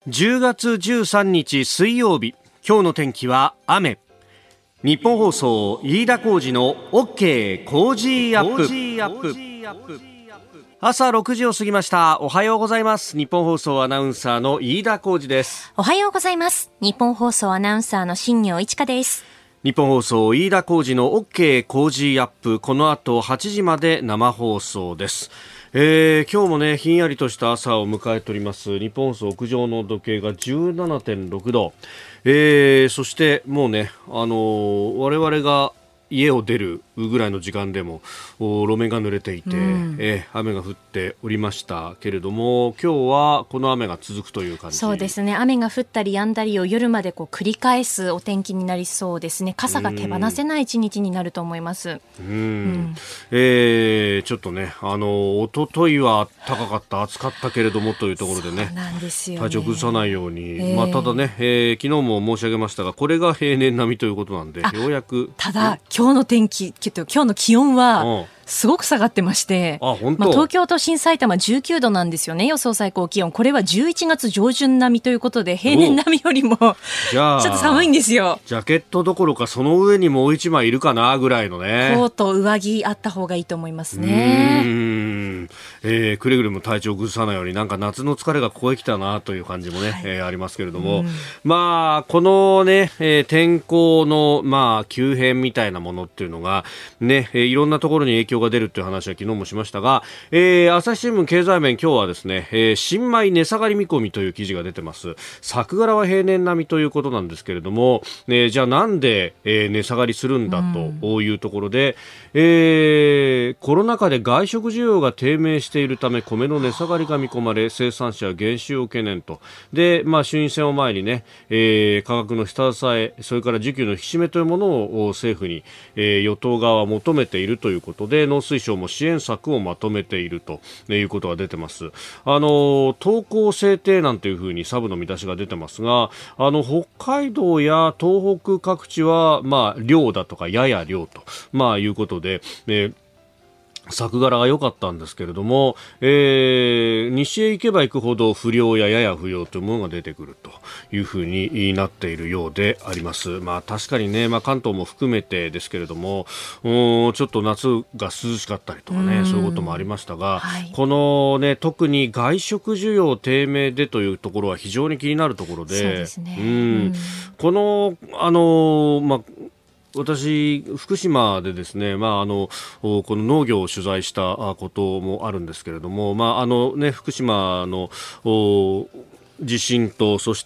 10月13日水曜日、今日の天気は雨。日本放送飯田浩司の OK 工事アップ。朝6時を過ぎました。おはようございます。日本放送アナウンサーの飯田浩司です。 おはようございます。日本放送アナウンサーの新業一華です。 日本放送飯田浩司の OK 工事アップ、この後8時まで生放送です。今日もね、ひんやりとした朝を迎えております。日本放送屋上の温度計が 17.6 度、そしてもうね、我々が家を出るぐらいの時間でも路面が濡れていて、雨が降っておりましたけれども、今日はこの雨が続くという感じ。 そうですね、雨が降ったり止んだりを夜まで繰り返すお天気になりそうですね。傘が手放せない一日になると思います。ちょっとね、一昨日は高かった、暑かったけれどもというところでね、 そうなんですよね、 体調崩さないように、ただね、昨日も申し上げましたが、これが平年並みということなんで、ようやく。 ただ今日の天気、今日の気温はすごく下がってまして、東京都心埼玉19度なんですよね、予想最高気温。これは11月上旬並みということで、平年並みよりもちょっと寒いんですよ。 ジャケットどころかその上にもう一枚いるかなぐらいのね、 コート上着あった方がいいと思いますね。 くれぐれも体調崩さないように、なんか夏の疲れがここへ来たなという感じもね、ありますけれども、このね、天候の急変みたいなものっていうのがね、いろんなところに影響が出るという話は昨日もしましたが、朝日新聞経済面、今日はですね、新米値下がり見込みという記事が出てます。作柄は平年並みということなんですけれども、じゃあなんで、値下がりするんだというところで、コロナ禍で外食需要が低迷しているため米の値下がりが見込まれ、生産者は減収を懸念と。で、衆院選を前にね、価格の下支え、それから需給の引き締めというものを政府に、与党側は求めているということで、農水省も支援策をまとめているということが出てます。投稿制定なんていうふうにサブの見出しが出てますが、北海道や東北各地は量だとかやや量ということで、作柄が良かったんですけれども、西へ行けば行くほど不良ややや不良というものが出てくるというふうになっているようであります。確かにね、関東も含めてですけれども、ちょっと夏が涼しかったりとかね、そういうこともありましたが、このね、特に外食需要低迷でというところは非常に気になるところで、 そうですね、 この私、福島でですね、この農業を取材したこともあるんですけれども、福島の地震と、そして、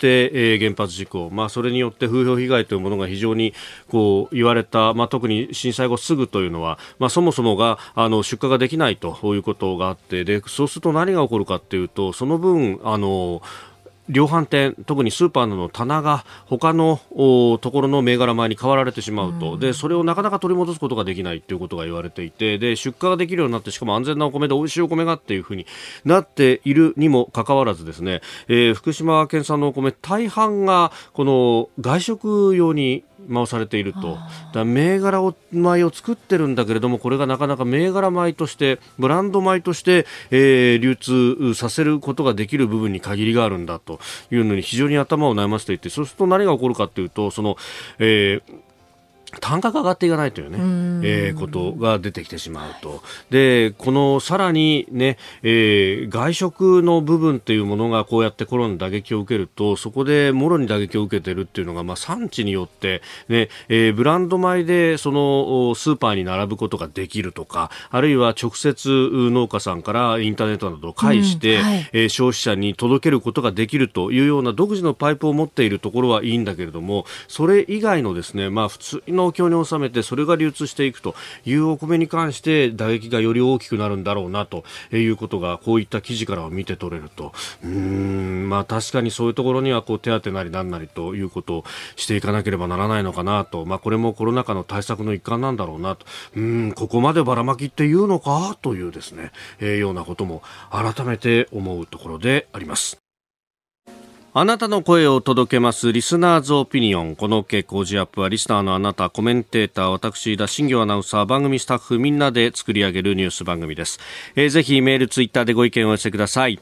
原発事故、それによって風評被害というものが非常に言われた、特に震災後すぐというのは、そもそもが出荷ができないということがあって、でそうすると何が起こるかというと、その分量販店、特にスーパーの棚が他のところの銘柄米に変わられてしまうと、でそれをなかなか取り戻すことができないということが言われていて、で出荷ができるようになって、しかも安全なお米で美味しいお米がっていうふうになっているにもかかわらずですね、福島県産のお米大半がこの外食用に回されていると。だ銘柄米を作ってるんだけれども、これがなかなか銘柄米としてブランド米として、流通させることができる部分に限りがあるんだというのに非常に頭を悩ませていて、そうすると何が起こるかというと、その、単価が上がっていかないというね、ことが出てきてしまうと。で、このさらにね、外食の部分というものがこうやってコロナに打撃を受けると、そこでもろに打撃を受けているっていうのが、産地によってね、ブランド米でそのスーパーに並ぶことができるとか、あるいは直接農家さんからインターネットなどを介して、消費者に届けることができるというような独自のパイプを持っているところはいいんだけれども、それ以外のですね、普通の農協に納めてそれが流通していくというお米に関して打撃がより大きくなるんだろうなということが、こういった記事からは見て取れると。確かにそういうところには手当なりなんなりということをしていかなければならないのかなと。これもコロナ禍の対策の一環なんだろうなと。ここまでばらまきっていうのかというですね、ようなことも改めて思うところであります。あなたの声を届けますリスナーズオピニオン。この OK 工事アップはリスナーのあなた、コメンテーター、私田新業アナウンサー、番組スタッフみんなで作り上げるニュース番組です。ぜひメールツイッターでご意見をお寄せください。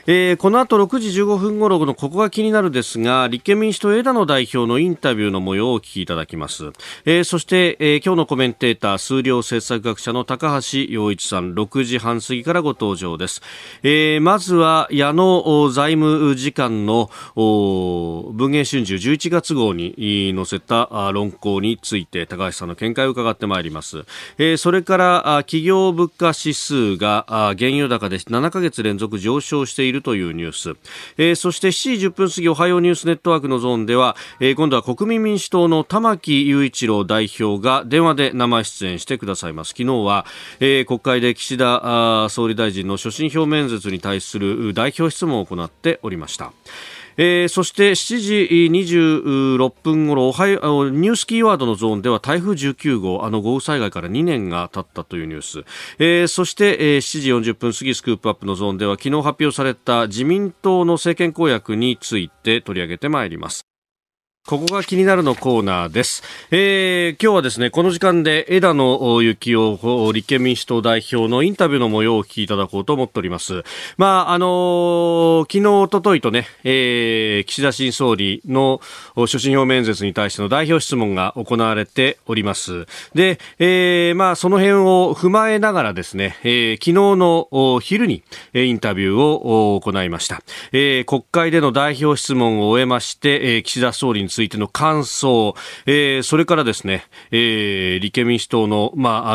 この後6時15分頃のここが気になるですが、立憲民主党枝野代表のインタビューの模様をお聞きいただきます。そして、今日のコメンテーター、数量政策学者の高橋洋一さん、6時半過ぎからご登場です。まずは矢野財務次官の文藝春秋11月号に載せた論考について高橋さんの見解を伺ってまいります。それから企業物価指数が原油高で7ヶ月連続上昇しているというニュース、そして7時10分過ぎおはようニュースネットワークのゾーンでは、今度は国民民主党の玉木雄一郎代表が電話で生出演してくださいます。昨日は、国会で岸田総理大臣の所信表明演説に対する代表質問を行っておりました。そして7時26分ごろニュースキーワードのゾーンでは台風19号豪雨災害から2年が経ったというニュース、そして、7時40分過ぎスクープアップのゾーンでは昨日発表された自民党の政権公約について取り上げてまいります。ここが気になるのコーナーです。今日はですね、この時間で枝野幸男立憲民主党代表のインタビューの模様をお聞きいただこうと思っております。昨日、一昨日とね、岸田新総理の所信表明演説に対しての代表質問が行われております。で、その辺を踏まえながらですね、昨日の昼にインタビューを行いました。国会での代表質問を終えまして、岸田総理についての感想、それからですね、立憲民主党の、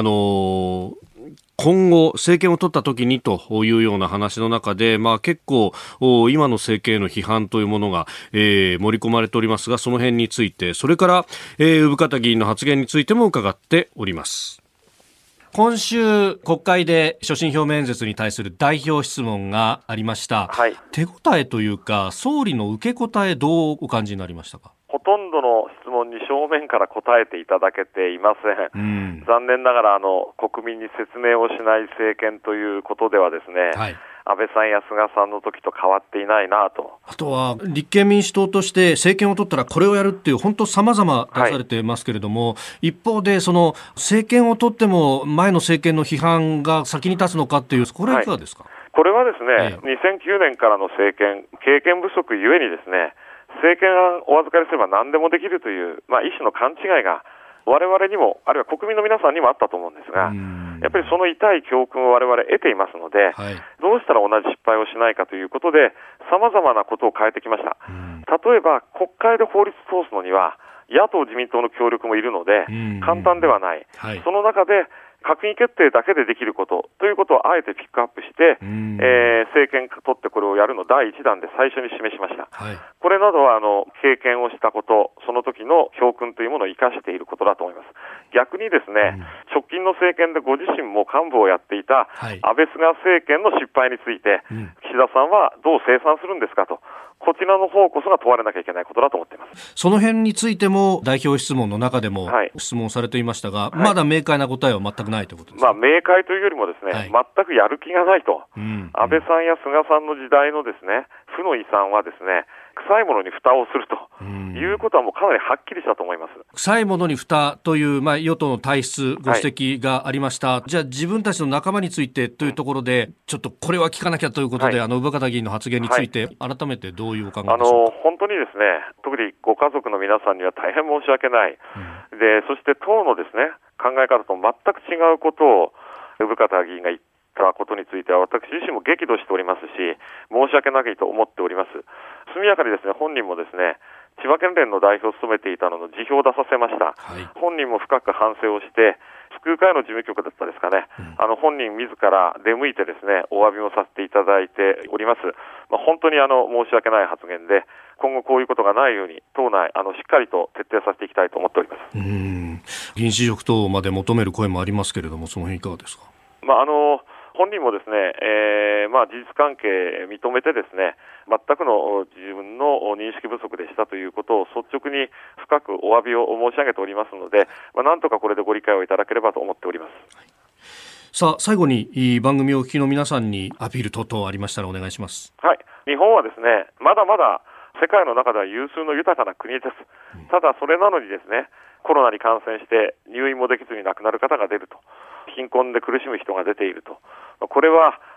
今後政権を取った時にというような話の中で、結構今の政権への批判というものが、盛り込まれておりますが、その辺について、それから、生方議員の発言についても伺っております。今週国会で所信表明演説に対する代表質問がありました、はい、手応えというか総理の受け答えどうお感じになりましたか？ ほとんどの質問に正面から答えていただけていません、残念ながら国民に説明をしない政権ということではですね、はい、安倍さんや菅さんの時と変わっていないなと。 あとは立憲民主党として政権を取ったらこれをやるっていう本当様々出されてますけれども、はい、一方でその政権を取っても前の政権の批判が先に立つのかっていう、これはいかがですか？ はい、これはですね、2009年からの政権経験不足ゆえにですね、政権をお預かりすれば何でもできるという、一種の勘違いが我々にもあるいは国民の皆さんにもあったと思うんですが、やっぱりその痛い教訓を我々得ていますので、はい、どうしたら同じ失敗をしないかということで様々なことを変えてきました。例えば国会で法律通すのには野党自民党の協力もいるので簡単ではない、はい、その中で閣議決定だけでできることということをあえてピックアップして、政権が取ってこれをやるの第一弾で最初に示しました、はい、これなどは経験をしたこと、その時の教訓というものを生かしていることだと思います。逆にですね、直近の政権でご自身も幹部をやっていた安倍菅政権の失敗について、岸田さんはどう清算するんですかと、こちらの方こそが問われなきゃいけないことだと思っています。 その辺についても代表質問の中でも質問されていましたが、はい、まだ明快な答えは全くないということですか？ 明快というよりもですね、はい、全くやる気がないと、安倍さんや菅さんの時代のですね、負の遺産はですね、臭いものに蓋をするということはもうかなりはっきりしたと思います。 臭いものに蓋という、与党の体質ご指摘がありました、はい、じゃあ自分たちの仲間についてというところでちょっとこれは聞かなきゃということで、生方議員の発言について改めてどういうお考えでしょうか？ 本当にですね、特にご家族の皆さんには大変申し訳ない、でそして党のですね考え方と全く違うことを生方議員が言ったことについては私自身も激怒しておりますし、申し訳ないと思っております。速やかにですね、本人もですね、千葉県連の代表を務めていたのの辞表を出させました、はい、本人も深く反省をして救う会の事務局だったですかね、本人自ら出向いてですねお詫びをさせていただいております。本当に申し訳ない発言で、今後こういうことがないように党内しっかりと徹底させていきたいと思っております。 議員辞職等まで求める声もありますけれども、その辺いかがですか？ 本人もですね、事実関係認めてですね、全くの自分の認識不足でしたということを率直に深くお詫びを申し上げておりますので、なんとかこれでご理解をいただければと思っております。はい、 さあ最後に番組をお聞きの皆さんにアピール等々ありましたらお願いします。 はい、日本はですね、まだまだ世界の中では有数の豊かな国です。ただそれなのにですね、コロナに感染して入院もできずに亡くなる方が出ると、貧困で苦しむ人が出ていると、これは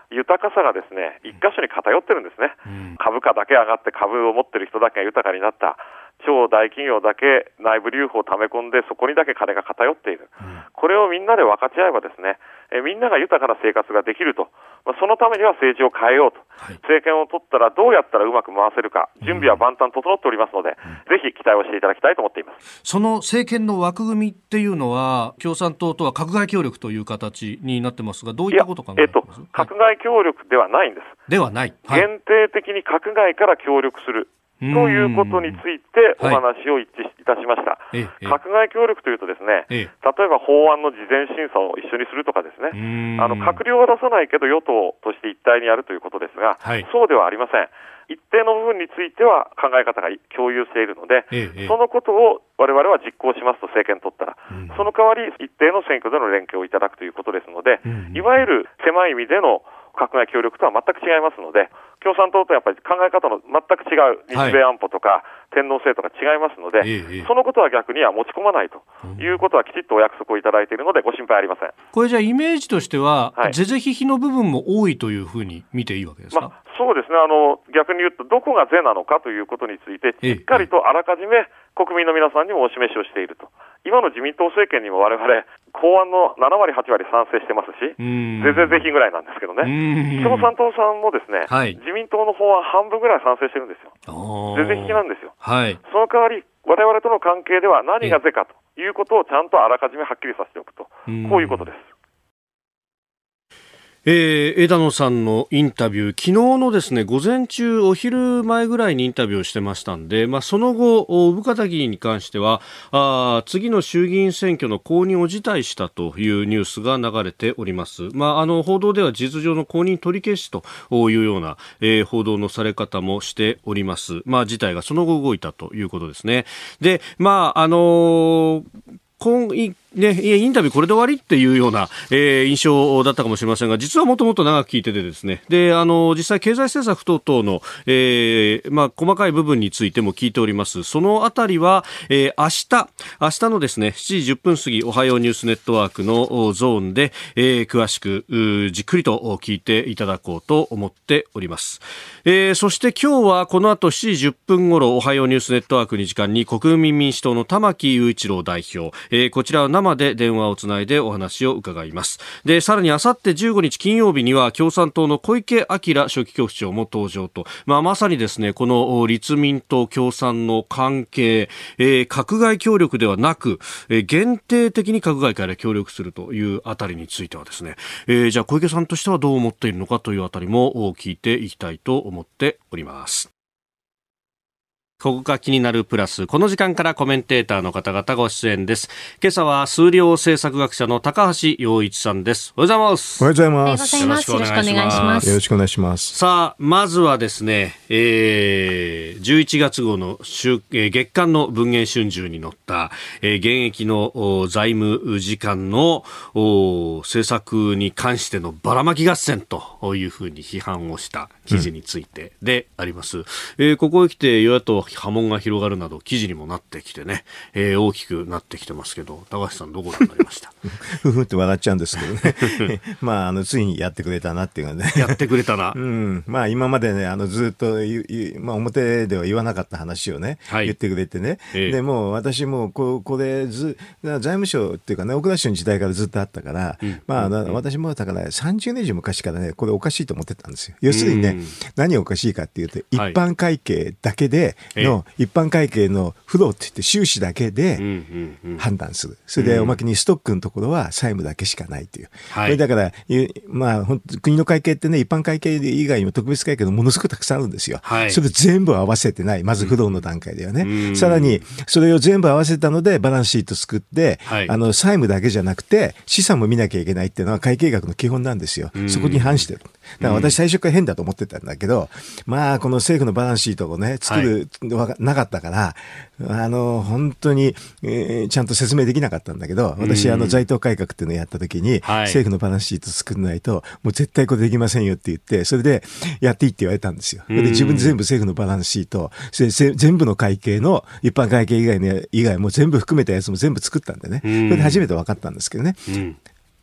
豊かさがですね、一箇所に偏ってるんですね。株価だけ上がって株を持ってる人だけが豊かになった。超大企業だけ内部留保を溜め込んでそこにだけ金が偏っている。これをみんなで分かち合えばですね、みんなが豊かな生活ができると。そのためには政治を変えようと。政権を取ったらどうやったらうまく回せるか、準備は万端整っておりますので、ぜひ期待をしていただきたいと思っています。 その政権の枠組みっていうのは、共産党とは閣外協力という形になってますが、どういったことを考えています？ 閣外協力ではないんです。 ではない。 限定的に閣外から協力する。ということについてお話を一致いたしました。閣外協力というとですね、例えば法案の事前審査を一緒にするとかですね、閣僚は出さないけど与党として一体にやるということですが、そうではありません。一定の部分については考え方が共有しているので、そのことを我々は実行しますと政権取ったら、その代わり一定の選挙での連携をいただくということですので、いわゆる狭い意味での閣外協力とは全く違いますので、共産党とやっぱり考え方の全く違う日米安保とか天皇制とか違いますので、そのことは逆には持ち込まないということはきちっとお約束をいただいているのでご心配ありません。 これじゃあイメージとしては、是々非々の部分も多いというふうに見ていいわけですか？ そうですね。逆に言うとどこが是なのかということについてしっかりとあらかじめ国民の皆さんにもお示しをしていると。今の自民党政権にも我々法案の7割8割賛成してますし、ぜぜぜひぐらいなんですけどね。共産党さんもですね、自民党の法案半分ぐらい賛成してるんですよ。ぜぜひなんですよ。その代わり我々との関係では何が是かということをちゃんとあらかじめはっきりさせておくと、こういうことです。 枝野さんのインタビュー、昨日のですね、午前中お昼前ぐらいにインタビューをしてましたんで、その後生方議員に関しては次の衆議院選挙の公認を辞退したというニュースが流れております。報道では事実上の公認取り消しというような、報道のされ方もしております。事態がその後動いたということですね。で、インタビューこれで終わりっていうような、印象だったかもしれませんが、実はもっともっと長く聞いててですね、で実際経済政策等々の、細かい部分についても聞いております。そのあたりは、明日のですね7時10分過ぎおはようニュースネットワークのゾーンで、詳しくじっくりと聞いていただこうと思っております。そして今日はこの後7時10分頃おはようニュースネットワークに時間に国民民主党の玉木雄一郎代表、こちらは生で電話をつないでお話を伺います。で、さらにあさって15日金曜日には共産党の小池晃書記局長も登場と、まさにですねこの立民と共産の関係、閣外協力ではなく、限定的に閣外から協力するというあたりについてはですね、じゃあ小池さんとしてはどう思っているのかというあたりも聞いていきたいと思っております。ここが気になるプラス、この時間からコメンテーターの方々ご出演です。今朝は数量政策学者の高橋洋一さんです。おはようございます。 おはようございます。 よろしくお願いします。 よろしくお願いします。 さあ、まずはですね、11月号の月間の文藝春秋に載った、現役の財務次官の政策に関してのばらまき合戦というふうに批判をした記事についてであります。ここへ来て与野党波紋が広がるなど記事にもなってきてね、大きくなってきてますけど、高橋さんどうご覧になりました？ ふふって笑っちゃうんですけどねついにやってくれたなっていうかねやってくれたな、 今までねずっと表では言わなかった話をね、言ってくれてね、でもう私もこれ財務省っていうかね奥田氏の時代からずっとあったから、私もだから30年以上昔からねこれおかしいと思ってたんですよ。要するにね、何がおかしいかっていうと一般会計だけで一般会計のフローって言って収支だけで判断する。それでおまけにストックのところは債務だけしかないという。これだから国の会計ってね一般会計以外にも特別会計のものすごくたくさんあるんですよ。それ全部合わせてない。まずフローの段階ではね。さらにそれを全部合わせたのでバランスシート作って、債務だけじゃなくて資産も見なきゃいけないっていうのは会計学の基本なんですよ。そこに反してる。だから私最初から変だと思ってたんだけど、この政府のバランスシートをね作るなかったから本当に、ちゃんと説明できなかったんだけど、私財党改革っていうのをやった時に、政府のバランスシート作らないともう絶対これできませんよって言って、それでやっていいって言われたんですよ。で自分で全部政府のバランスシート全部の会計の一般会計以外も全部含めたやつも全部作ったんでね、それで初めて分かったんですけどね、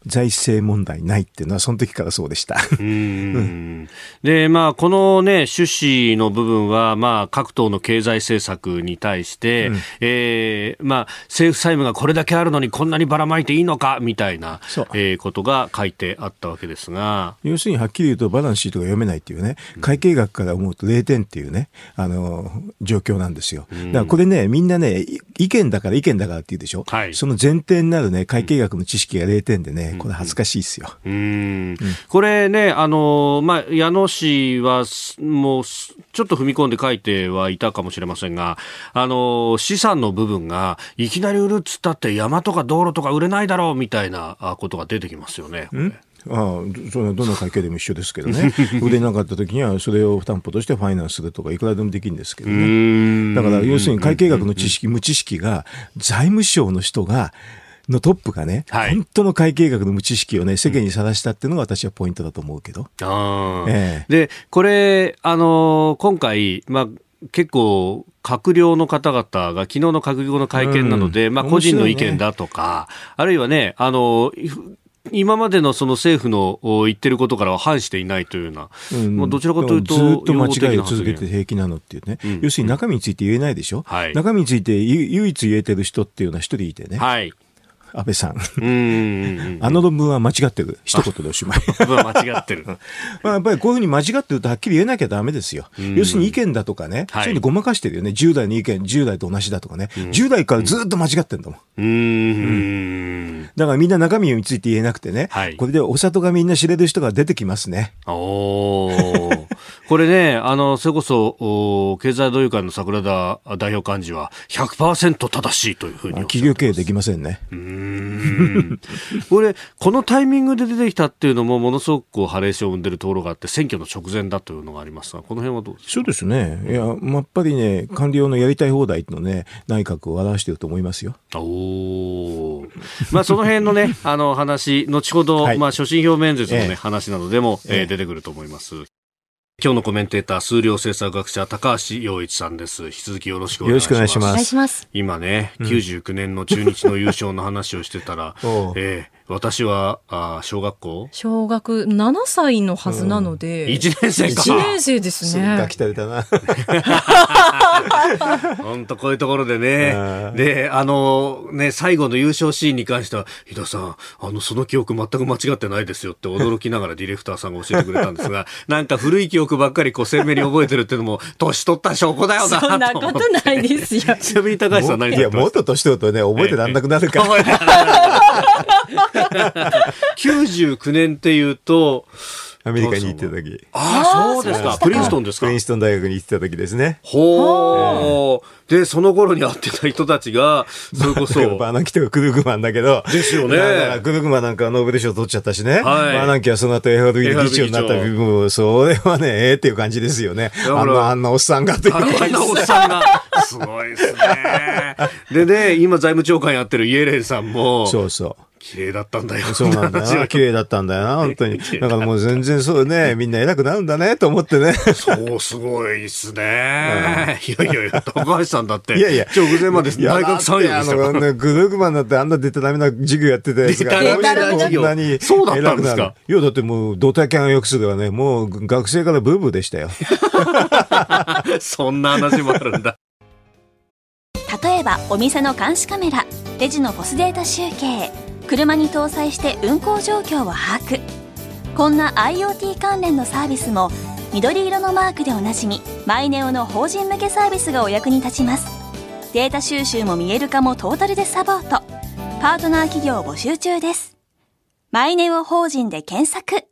財政問題ないっていうのはその時からそうでした。 で、まあこのね趣旨の部分はまあ各党の経済政策に対して、まあ政府債務がこれだけあるのにこんなにばらまいていいのかみたいな、ことが書いてあったわけですが、 要するにはっきり言うとバランスシートが読めないっていうね、会計学から思うと0点っていうね、状況なんですよ。だからこれね、みんなね、意見だからって言うでしょ。その前提になるね、会計学の知識が0点でね、これ恥ずかしいですよ。 これね、まあ、矢野氏はもうちょっと踏み込んで書いてはいたかもしれませんが、資産の部分がいきなり売るっつったって山とか道路とか売れないだろうみたいなことが出てきますよね。 それはどの会計でも一緒ですけどね。売れなかった時にはそれを担保としてファイナンスするとかいくらでもできるんですけどね。だから要するに会計学の知識、無知識が財務省の人がのトップがね、本当の会計学の無知識をね、世間にさらしたっていうのが私はポイントだと思うけど。 で、これ、今回、まあ、結構、閣僚の方々が昨日の閣議後の会見なので、まあ、個人の意見だとか、あるいはね、今までのその政府の言ってることからは反していないというような、もうどちらかというとずっと間違いを続けて平気なのっていうね、要するに中身について言えないでしょ、中身について唯一言えてる人っていうのは一人いてね、安倍さん。論文は間違ってる。一言でおしまい。 間違ってる。 まあやっぱりこういうふうに間違ってるとはっきり言えなきゃダメですよ。要するに意見だとかね、そういうのごまかしてるよね。10代の意見、10代と同じだとかね。10代からずっと間違ってんだもん。だからみんな中身について言えなくてね、これでお里がみんな知れる人が出てきますね。 これね、それこそ、経済同友会の桜田代表幹事は 100% 正しいというふうにおっしゃってます。 企業経営できませんね。 これ、このタイミングで出てきたっていうのもものすごくハレーションを生んでるところがあって、選挙の直前だというのがありますが、この辺はどうですか？ そうですね。いや、やっぱりね、官僚のやりたい放題のね、内閣を表していると思いますよ。 まあ、その辺のね、話、後ほど、まあ、所信表明演説のね、話などでも、出てくると思います。今日のコメンテーター、数量政策学者高橋洋一さんです。引き続きよろしくお願いします。 よろしくお願いします。 今ね、99年の中日の優勝の話をしてたら、私は小学 7歳のはずなので、 1年生か。 1年生ですね。 ガキたれたな。 本当こういうところでね。で、ね、最後の優勝シーンに関しては、井田さん、その記憶全く間違ってないですよって驚きながらディレクターさんが教えてくれたんですが、なんか古い記憶ばっかり鮮明に覚えてるっていうのも、年取った証拠だよなと思って。 そんなことないですよ。 ちなみに高橋さん何いや、もっと年取るとね、覚えてらんなくなるから。 99年っていうと、 アメリカに行ってた時。 そうですか。プリンストンですか。 プリンストン大学に行ってた時ですね。 で、その頃に会ってた人たちが、それこそ。 バーナンキとかクルグマンだけど。 ですよね。 クルグマンなんかノーベル賞取っちゃったしね。バーナンキはその後 FRB の議長になった部分も、それはね、っていう感じですよね。あんなおっさんがという感じです。 あんなおっさんが。すごいですね。でね、今財務長官やってるイエレンさんも。 そうそう。 綺麗だったんだよ。 そうなんだよ。綺麗だったんだよな、本当に。だからもう全然そうね、みんな偉くなるんだね、と思ってね。 そう、すごいですね。いや、高橋さんだって。 いや、 直前まで大学3位でしたから。 グルーグマンだってあんな出たダメな授業やってたやつが。 出たダメな授業。そうだったんですか。 いや、だってもう、ドタキャンを良くするはね、もう学生からブーブーでしたよ。 そんな話もあるんだ。 例えば、お店の監視カメラ、レジのポスデータ集計、車に搭載して運行状況を把握。こんな IoT 関連のサービスも緑色のマークでおなじみマイネオの法人向けサービスがお役に立ちます。データ収集も見える化もトータルでサポート。パートナー企業募集中です。マイネオ法人で検索。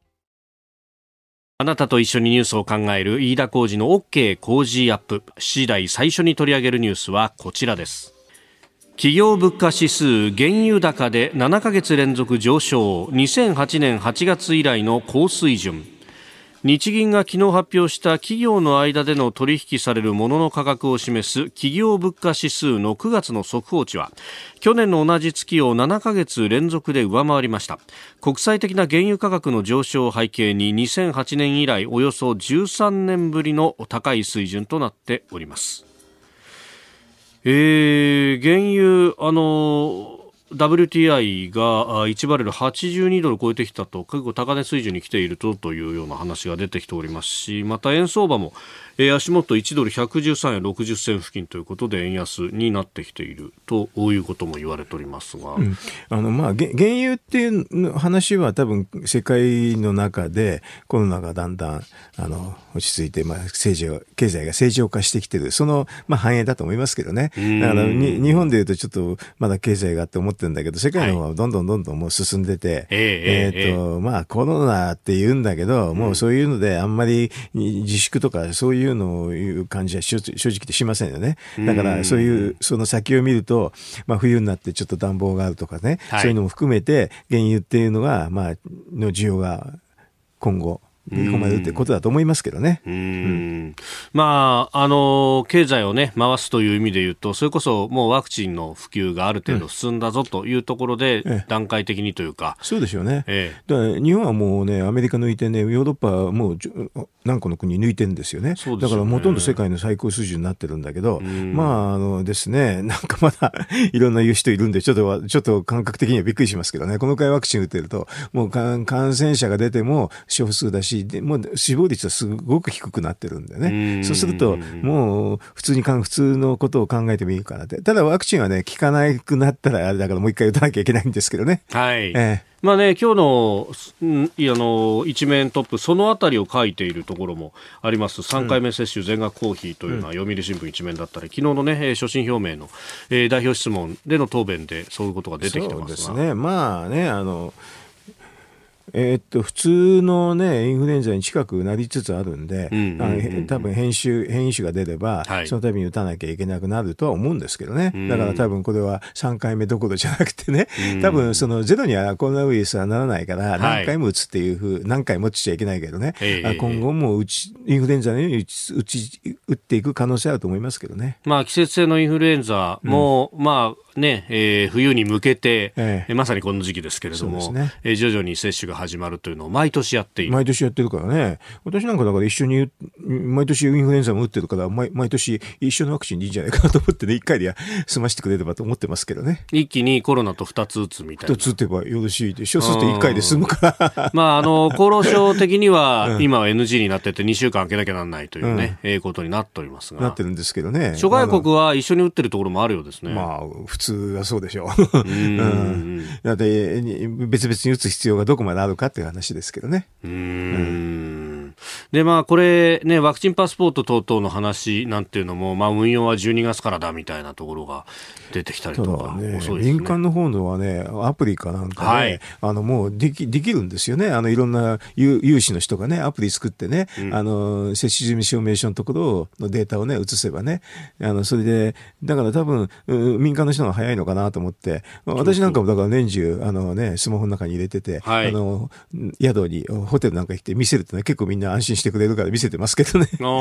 あなたと一緒にニュースを考える飯田浩司の OK 工事アップ。7時台最初に取り上げるニュースはこちらです。企業物価指数原油高で7ヶ月連続上昇。2008年8月以来の高水準。日銀が昨日発表した企業の間での取引される物の価格を示す企業物価指数の9月の速報値は去年の同じ月を7ヶ月連続で上回りました。国際的な原油価格の上昇を背景に2008年以来およそ13年ぶりの高い水準となっております。原油 WTI が1バレル82ドル超えてきたと、結構高値水準に来ているというような話が出てきておりますし、また円相場も足元1ドル113円60銭付近ということで円安になってきているということも言われておりますが、 原油っていう話は多分世界の中でコロナがだんだん落ち着いて、経済が正常化してきている、その反映だと思いますけどね。だから日本でいうとちょっとまだ経済がって思ってるんだけど、世界の方はどんどんもう進んでて、コロナって言うんだけど、もうそういうのであんまり自粛とかそういうのをいう感じは正直言ってしませんよね。だからそういうその先を見ると、冬になってちょっと暖房があるとかね、そういうのも含めて原油っていうのがの需要が今後見込まれるってことだと思いますけどね。 経済をね回すという意味で言うと、それこそもうワクチンの普及がある程度進んだぞというところで、段階的にというか、 そうでしょうね。だから日本はもうね、アメリカ抜いてね、ヨーロッパはもう何個の国抜いてるんですよね。だからほとんど世界の最高水準になってるんだけど、ですね、なんかまだいろんな言う人いるんで、ちょっと感覚的にはびっくりしますけどね。この回ワクチン打ってると、もう感染者が出ても少数だし、もう死亡率はすごく低くなってるんだよね。そうするともう普通のことを考えてもいいかなって。ただワクチンはね効かなくなったらあれだからもう一回打たなきゃいけないんですけどね。 はい。今日の一面トップ、そのあたりを書いているところもあります。3回目接種全額公費というのは読売新聞一面だったり、昨日のね所信表明の代表質問での答弁でそういうことが出てきてますが、 そうですね。普通のね、インフルエンザに近くなりつつあるんで、多分変異種が出れば、その度に打たなきゃいけなくなるとは思うんですけどね。だから多分これは3回目どころじゃなくてね、多分そのゼロにはコロナウイルスはならないから、何回も打つっていう何回も打っちゃいけないけどね、今後もインフルエンザのように打っていく可能性あると思いますけどね。 季節性のインフルエンザも、冬に向けて、まさにこの時期ですけれども、徐々に接種が始まるというのを毎年やっている。 毎年やってるからね。私なんかだから一緒に毎年インフルエンザも打ってるから、毎年一緒のワクチンでいいんじゃないかなと思ってね、1回で済ましてくれればと思ってますけどね。 一気にコロナと2つ打つみたいな。 2つ打てばよろしいでしょ。そうすると1回で済むから。 厚労省的には今は NG になってて2週間空けなきゃならないというね、ことになっておりますが。 なってるんですけどね。 諸外国は一緒に打ってるところもあるようですね。 普通はそうでしょう。だって別々に打つ必要がどこまであるかっていう話ですけどね。 でこれね、ワクチンパスポート等々の話なんていうのも、運用は12月からだみたいなところが出てきたりとか、遅いですね。 民間の方のはね、アプリかなんかで、もうできるんですよね。いろんな有志の人がね、アプリ作ってね、接種済み証明書のところのデータをね、移せばね、それで、だから多分、民間の人が早いのかなと思って、私なんかもだから年中、スマホの中に入れてて、宿に、ホテルなんか行って見せるとね、結構みんな安心してくれるから見せてますけどね。フラ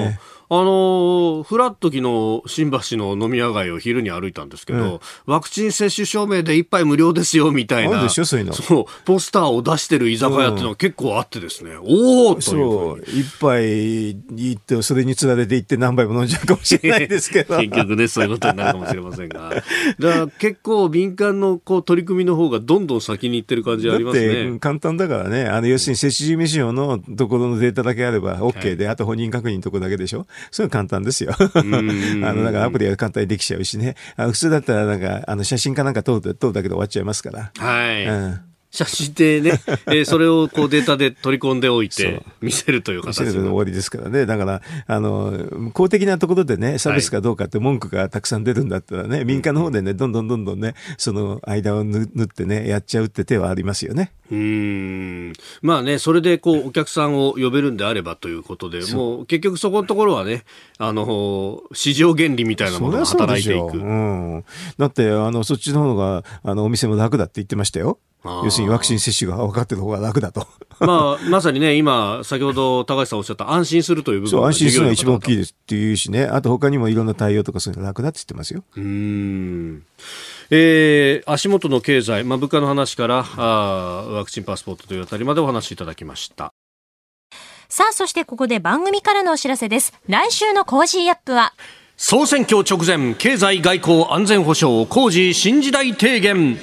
ッと昨日新橋の飲み屋街を昼に歩いたんですけど、ワクチン接種証明で一杯無料ですよみたいな、 そういうの。 ポスターを出してる居酒屋っていうのは結構あってですね、おーという一杯行ってそれにつられて行って何杯も飲んじゃうかもしれないですけど結局ね、そういうことになるかもしれませんが、だから結構民間の取り組みの方がどんどん先に行ってる感じありますね。 だって簡単だからね、要するに接種済み証のところのデータだけあれば OK で、あと本人確認のところだけでしょ。それは簡単ですよ。だからアプリは簡単にできちゃうしね。普通だったらなんか写真かなんか撮るだけで終わっちゃいますから。写真でね、それをデータで取り込んでおいて見せるという形で終わりですからね。だから公的なところでね、差別かどうかって文句がたくさん出るんだったらね、民間の方でね、どんどんね、その間を縫ってね、やっちゃうって手はありますよね。 それでお客さんを呼べるんであればということで、もう結局そこのところはね、市場原理みたいなものが働いていく。 だってそっちの方がお店も楽だって言ってましたよ。要するにワクチン接種が分かってる方が楽だと。 まさにね、今先ほど高橋さんおっしゃった安心するという部分が、 安心するのが一番大きいですっていうしね。あと他にもいろんな対応とかそういうの楽だって言ってますよ。 足元の経済、物価の話からワクチンパスポートというあたりまでお話しいただきました。 さあ、そしてここで番組からのお知らせです。来週のコージーアップは総選挙直前、経済外交安全保障公示新時代提言。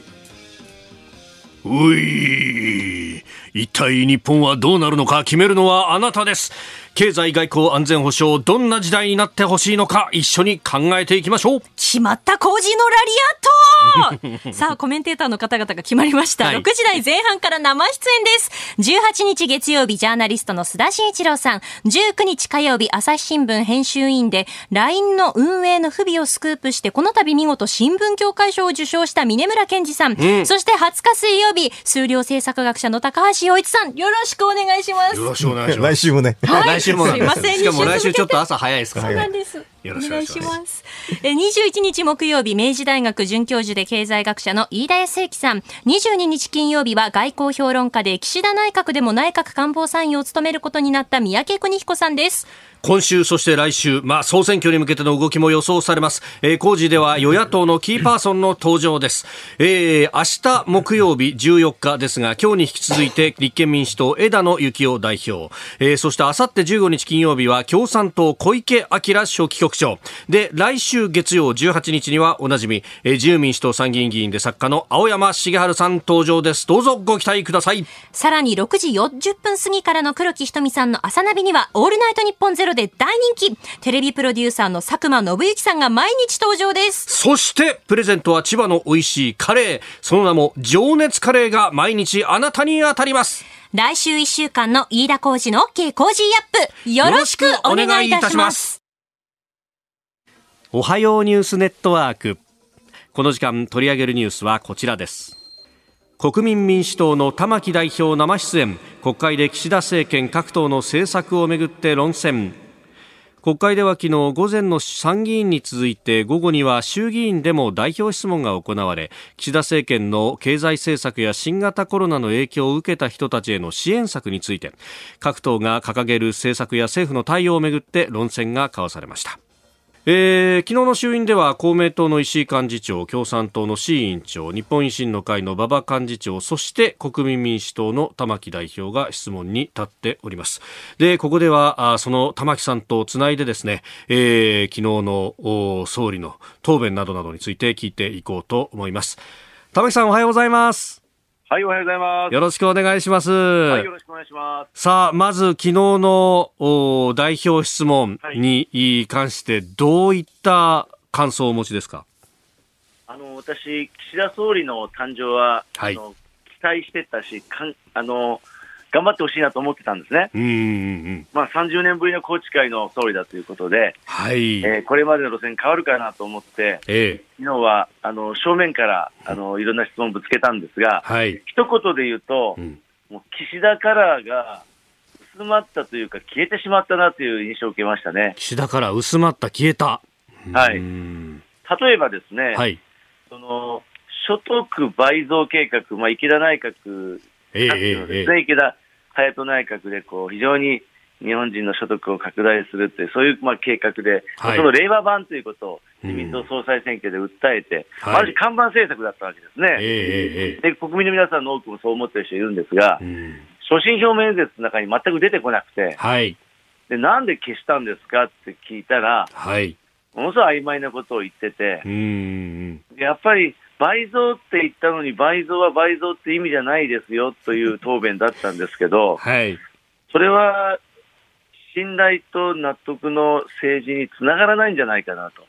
一体日本はどうなるのか決めるのはあなたです。経済外交安全保障、どんな時代になってほしいのか一緒に考えていきましょう。 決まった工事のラリアットさあコメンテーターの方々が決まりました、はい、6時台前半から生出演です。18日月曜日ジャーナリストの須田慎一郎さん、19日火曜日朝日新聞編集員で LINE の運営の不備をスクープしてこの度見事新聞協会賞を受賞した峯村健二さん、そして20日水曜日数量政策学者の高橋洋一さん、よろしくお願いします。 よろしくお願いします。 来週もね、 はい、 来週もなんです。 すいません、 しかも来週ちょっと朝早いですから。 そうなんです。 よろしくお願いします。 21日木曜日明治大学准教授で経済学者の飯田康之さん、22日金曜日は外交評論家で岸田内閣でも内閣官房参与を務めることになった三宅邦彦さんです。 今週そして来週、総選挙に向けての動きも予想されます。公示では与野党のキーパーソンの登場です。明日木曜日14日ですが、今日に引き続いて立憲民主党枝野幸男代表、そしてあさって15日金曜日は共産党小池晃書記局長で、来週月曜18日にはおなじみ自由民主党参議院議員で作家の青山茂春さん登場です。どうぞご期待ください。 さらに6時40分過ぎからの黒木ひとみさんの朝ナビにはオールナイトニッポンゼロで大人気テレビプロデューサーの佐久間信之さんが毎日登場です。 そしてプレゼントは千葉の美味しいカレー、その名も情熱カレーが毎日あなたに当たります。 来週1週間の飯田浩司の OK コージーアップ、よろしくお願いいたします。 おはようニュースネットワーク、この時間取り上げるニュースはこちらです。国民民主党の玉木代表生出演、国会で岸田政権各党の政策をめぐって論戦。国会では昨日午前の参議院に続いて午後には衆議院でも代表質問が行われ、岸田政権の経済政策や新型コロナの影響を受けた人たちへの支援策について各党が掲げる政策や政府の対応をめぐって論戦が交わされました。昨日の衆院では公明党の石井幹事長、共産党の志位委員長、日本維新の会の馬場幹事長、そして国民民主党の玉木代表が質問に立っております。で、ここではその玉木さんとつないでですね、昨日の総理の答弁などについて聞いていこうと思います。玉木さん、おはようございます。 はい、おはようございます。 よろしくお願いします。 はい、よろしくお願いします。 さあ、まず昨日の代表質問に関してどういった感想をお持ちですか？ 私、岸田総理の誕生は、はい、期待してたし、頑張ってほしいなと思ってたんですね。30年ぶりの宏池会の総理だということで、はい、これまでの路線変わるかなと思って、昨日は正面からいろんな質問をぶつけたんですが、はい、一言で言うと、もう岸田カラーが薄まったというか消えてしまったなという印象を受けましたね。 岸田カラー薄まった、消えた。 はい。例えばですね、はい、所得倍増計画、池田内閣池田隼人内閣で非常に日本人の所得を拡大するという、そういう計画で、はい、その令和版ということを自民党総裁選挙で訴えて、ある種看板政策だったわけですね。で、国民の皆さんの多くもそう思っている人いるんですが、所信表明演説の中に全く出てこなくて、はい、でなんで消したんですかって聞いたら、はい、ものすごい曖昧なことを言ってて、やっぱり倍増って言ったのに倍増は倍増って意味じゃないですよという答弁だったんですけど、はい、それは信頼と納得の政治につながらないんじゃないかなと。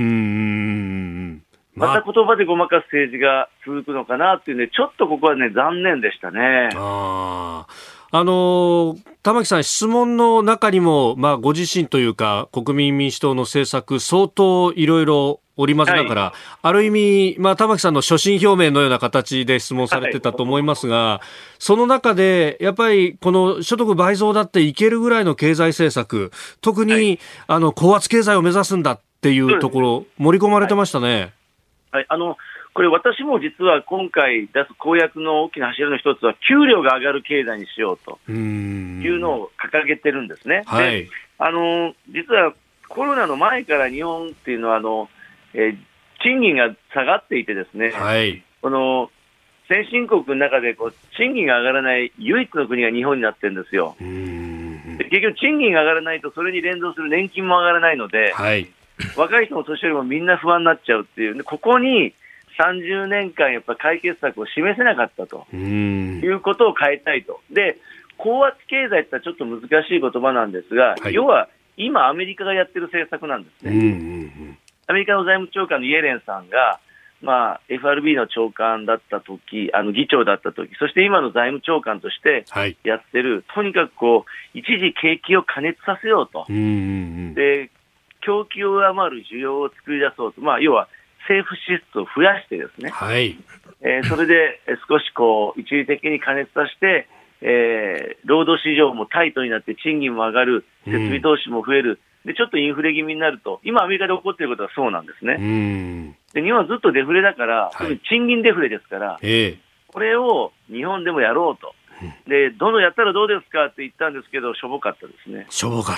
また言葉でごまかす政治が続くのかなっていうね、ちょっとここはね残念でしたね。 玉木さん、質問の中にも、ご自身というか国民民主党の政策相当いろいろ織り交ぜながら、はい、ある意味、玉木さんの所信表明のような形で質問されてたと思いますが、はい、その中でやっぱりこの所得倍増だっていけるぐらいの経済政策、特に、はい、高圧経済を目指すんだっていうところ盛り込まれてましたね。 はい、これ私も実は今回出す公約の大きな柱の一つは給料が上がる経済にしようというのを掲げてるんですね。はい、で実はコロナの前から日本っていうのは賃金が下がっていてですね、はい、この先進国の中で賃金が上がらない唯一の国が日本になってるんですよ。で結局賃金が上がらないとそれに連動する年金も上がらないので、はい、 若い人も年寄りもみんな不安になっちゃうっていう、ここに30年間やっぱ解決策を示せなかったということを変えたいと。で、高圧経済ってちょっと難しい言葉なんですが、はい、要は今アメリカがやってる政策なんですね。アメリカの財務長官のイエレンさんが、FRB の長官だった時、議長だった時、そして今の財務長官としてやってる、とにかく一時景気を過熱させようと。で、供給を上回る需要を作り出そうと。要は政府支出を増やしてですね。 はい。 それで少し一時的に過熱させて、労働市場もタイトになって賃金も上がる、設備投資も増える、でちょっとインフレ気味になると、今アメリカで起こっていることはそうなんですね。で日本はずっとデフレだから、はい、賃金デフレですから、これを日本でもやろうと。でどんどんやったらどうですかって言ったんですけど、しょぼかったですね。 しょぼかった。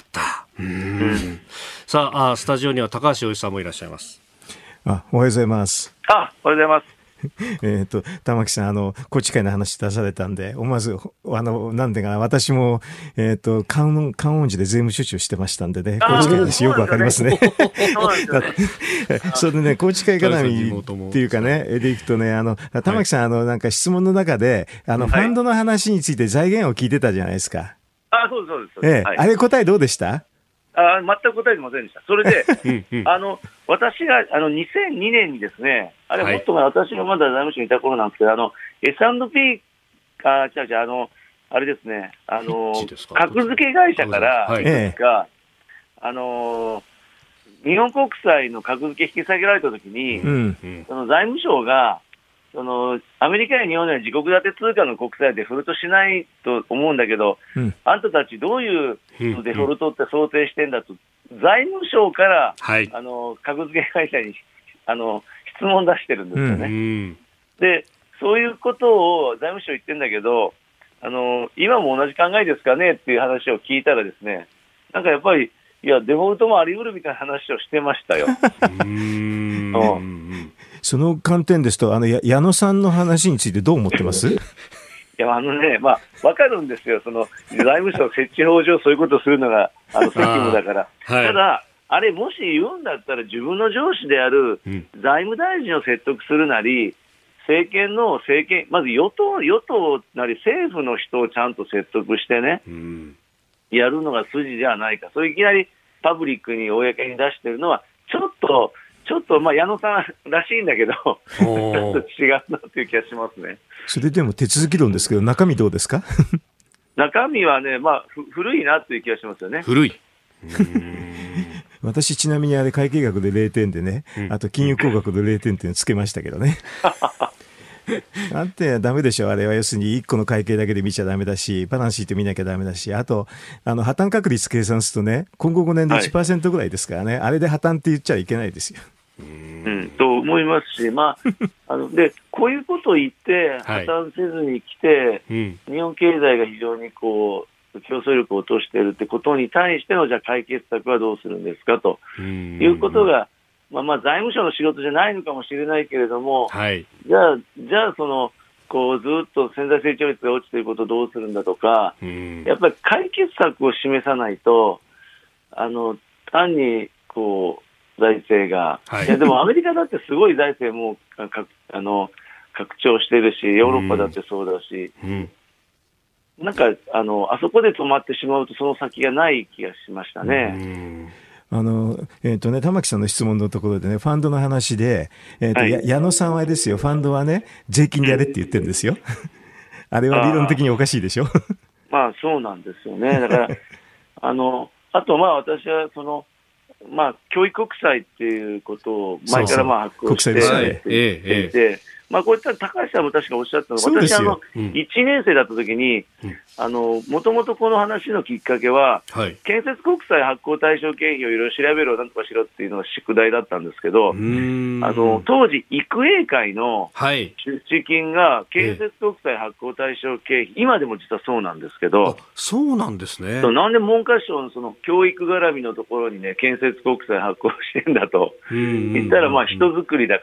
さあ、スタジオには高橋洋一さんもいらっしゃいます。 おはようございます。 おはようございます。 玉木さん、高知会の話出されたんで、思わず、なんでかな、私も、観音寺で税務処置をしてましたんでね、高知会の話よくわかりますね。それでね、高知会絡みっていうかね、でいくとね、玉木さん、なんか質問の中で、ファンドの話について財源を聞いてたじゃないですか。 そうです。 あれ答えどうでした？ 全く答えてませんでした。それで、私が2002年にですね、あれもっと前、私がまだ財務省にいた頃なんですけど、S&P、あれですね、格付け会社から、日本国債の格付け引き下げられたときに、その財務省が、アメリカや日本では自国建て通貨の国債デフォルトしないと思うんだけど、あんたたちどういうデフォルトって想定してんだと、財務省から、格付け会社に質問出してるんですよね。で、そういうことを財務省言ってんだけど、今も同じ考えですかねっていう話を聞いたらですね、なんかやっぱり、いや、デフォルトもあり得るみたいな話をしてましたよ。 その観点ですと、矢野さんの話についてどう思ってます？いや、わかるんですよ。財務省設置法上そういうことをするのが、責務だから。ただ、あれ、もし言うんだったら自分の上司である財務大臣を説得するなり、まず与党なり政府の人をちゃんと説得してね、やるのが筋じゃないか。そういきなりパブリックに公に出してるのは、ちょっと矢野さんらしいんだけど、ちょっと違うなという気がしますね。 それでも手続き論ですけど、中身どうですか？ 中身はね、古いなという気がしますよね。 古い。 私、ちなみに会計学で0点でね、あと金融工学で0点っていうのつけましたけどね。なんてダメでしょ。あれは要するに1個の会計だけで見ちゃダメだし、バランスシート見なきゃダメだし、あと、破綻確率計算するとね、今後5年で 1% ぐらいですからね、あれで破綻って言っちゃいけないですよ。 と思いますし、で、こういうことを言って、破綻せずに来て、日本経済が非常に競争力を落としているってことに対しての、じゃあ解決策はどうするんですかということが、財務省の仕事じゃないのかもしれないけれども、じゃあずっと潜在成長率が落ちていることをどうするんだとか、やっぱり解決策を示さないと、単に財政が、でもアメリカだってすごい財政も拡張してるし、ヨーロッパだってそうだし、なんかあそこで止まってしまうとその先がない気がしましたね。 玉木さんの質問のところでね、ファンドの話で、矢野さんはあれですよ、ファンドはね、税金でやれって言ってるんですよ。あれは理論的におかしいでしょ。 そうなんですよね。だから、あと私は教育国債っていうことを前から発行していて、こういった高橋さんも確かおっしゃったのが、私1年生だった時に、もともとこの話のきっかけは、建設国債発行対象経費をいろいろ調べろ、なんとかしろっていうのが宿題だったんですけど、当時、育英会の出資金が建設国債発行対象経費、今でも実はそうなんですけど、 そうなんですね。 なんで文科省のその教育絡みのところにね、建設国債発行してんだと言ったら、人づくりだから、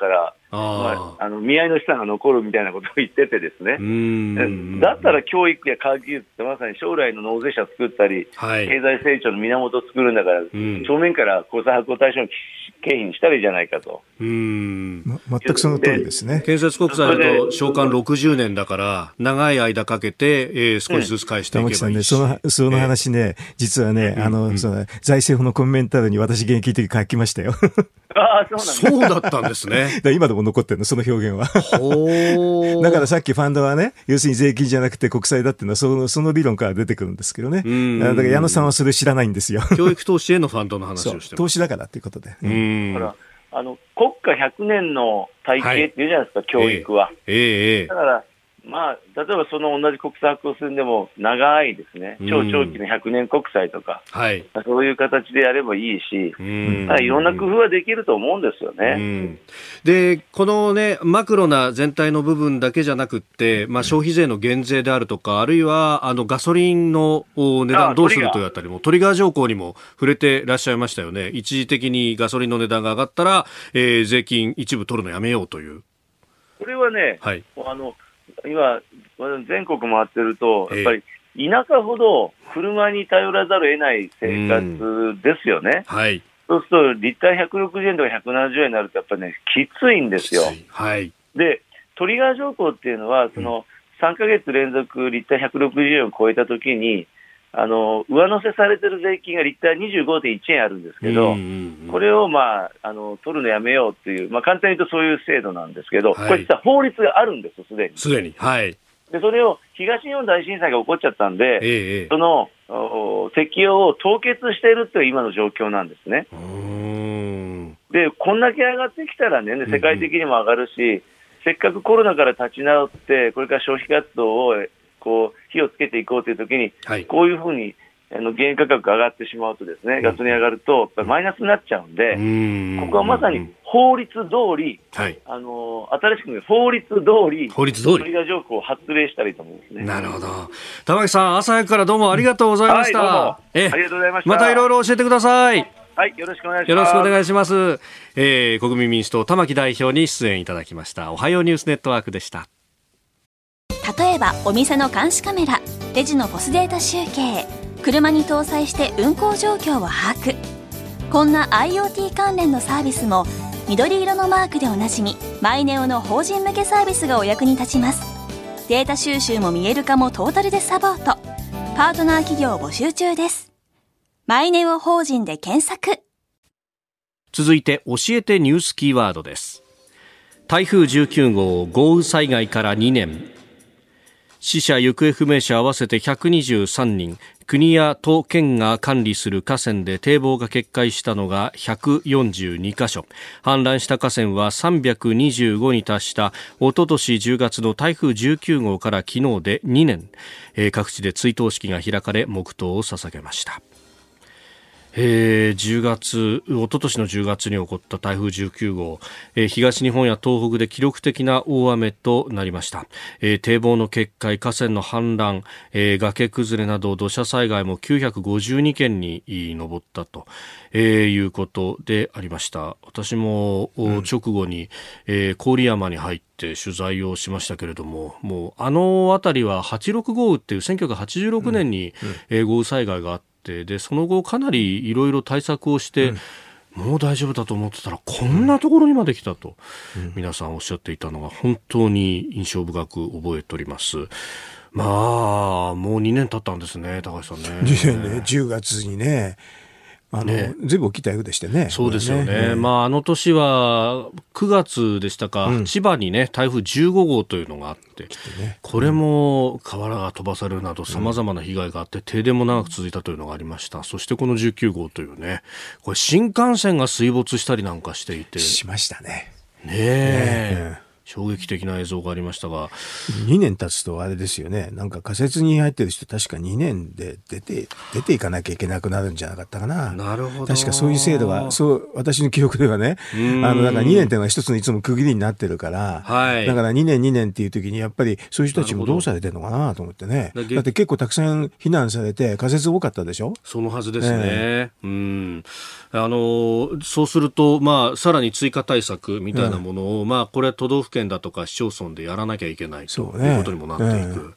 見合いの資産が残るみたいなことを言っててですね、だったら教育や科学技術ってまさに将来の納税者を作ったり、経済成長の源を作るんだから、正面から国債発行対象の経費にしたらいいじゃないかと。 全くその通りですね。 建設国債だと償還60年だから長い間かけて、少しずつ返していけばいいし、 玉木さんね、その話ね、実はね、その財政法のコメンタリーに私現役的に書きましたよ。 そうだったんですね。 今でも残ってるの、その表現は。だからさっきファンドはね、要するに税金じゃなくて国債だっていうのはその理論から出てくるんですけどね。だから矢野さんはそれ知らないんですよ。 教育投資へのファンドの話をしてます。 投資だからっていうことで。 だから国家100年の体系っていうじゃないですか、教育は。だから例えばその同じ国債発行するんでも長いですね、超長期の100年国債とか、そういう形でやればいいし、いろんな工夫はできると思うんですよね。 で、このね、マクロな全体の部分だけじゃなくって、消費税の減税であるとか、あるいはガソリンの値段どうするというあたりも、トリガー条項にも触れてらっしゃいましたよね。一時的にガソリンの値段が上がったら、税金一部取るのやめようという。 これはね、今、全国回ってると、やっぱり田舎ほど車に頼らざるを得ない生活ですよね。そうすると、リッター160円とか170円になると、やっぱりね、きついんですよ。で、トリガー条項っていうのは、その3ヶ月連続リッター160円を超えたときに、上乗せされてる税金がリッター 25.1 円あるんですけど、これを取るのやめようっていう、簡単に言うとそういう制度なんですけど、これ実は法律があるんです、すでに。で、それを東日本大震災が起こっちゃったんで、その適用を凍結しているという今の状況なんですね。で、こんだけ上がってきたらね、世界的にも上がるし、せっかくコロナから立ち直って、これから消費活動を火をつけていこうというときに、こういうふうに原油価格が上がってしまうとですね、ガソリン上がるとマイナスになっちゃうんで、ここはまさに法律通り、新しく法律通りトリガー条項を発令したらいいと思うんですね。 なるほど。玉木さん、朝早くからどうもありがとうございました。 ありがとうございました。 またいろいろ教えてください。 よろしくお願いします。 よろしくお願いします。国民民主党玉木代表に出演いただきました。おはようニュースネットワークでした。 例えばお店の監視カメラ、レジのポスデータ集計、車に搭載して運行状況を把握。こんな IoT 関連のサービスも緑色のマークでおなじみマイネオの法人向けサービスがお役に立ちます。データ収集も見える化もトータルでサポート。パートナー企業募集中です。マイネオ法人で検索。 続いて教えてニュースキーワードです。台風19号豪雨災害から2年。死者行方不明者合わせて123人、国や都県が管理する河川で堤防が決壊したのが142カ所、氾濫した河川は325に達したおととし10月の台風19号から昨日で2年、各地で追悼式が開かれ黙祷を捧げました。おととしの10月に起こった台風19号、東日本や東北で記録的な大雨となりました。堤防の決壊、河川の氾濫、崖崩れなど土砂災害も952件に上ったと、いうことでありました。私も直後に、郡山に入って取材をしましたけれども、もうあの辺りは86豪雨っていう1986年に、豪雨災害があって、でその後かなりいろいろ対策をして、もう大丈夫だと思ってたらこんなところにまで来たと、皆さんおっしゃっていたのが本当に印象深く覚えております。もう2年経ったんですね、高橋さんね。 10月にね、全部起きたようでしてね。 そうですよね。あの年は9月でしたか、千葉にね台風15号というのがあって、これも瓦が飛ばされるなど様々な被害があって、停電も長く続いたというのがありました。そしてこの19号というね、これ新幹線が水没したりなんかしていて、 しましたね。 衝撃的な映像がありましたが、 2年経つとあれですよね、なんか仮設に入ってる人確か2年で出ていかなきゃいけなくなるんじゃなかったかな。 なるほど。 確かそういう制度が、私の記憶ではね、だから2年っていうのは一つのいつも区切りになってるから、はい、だから2年っていう時にやっぱりそういう人たちもどうされてるのかなと思ってね。だって結構たくさん避難されて仮設多かったでしょ。 そのはずですね。そうすると、さらに追加対策みたいなものを、これは都道府県だとか市町村でやらなきゃいけないということにもなっていく。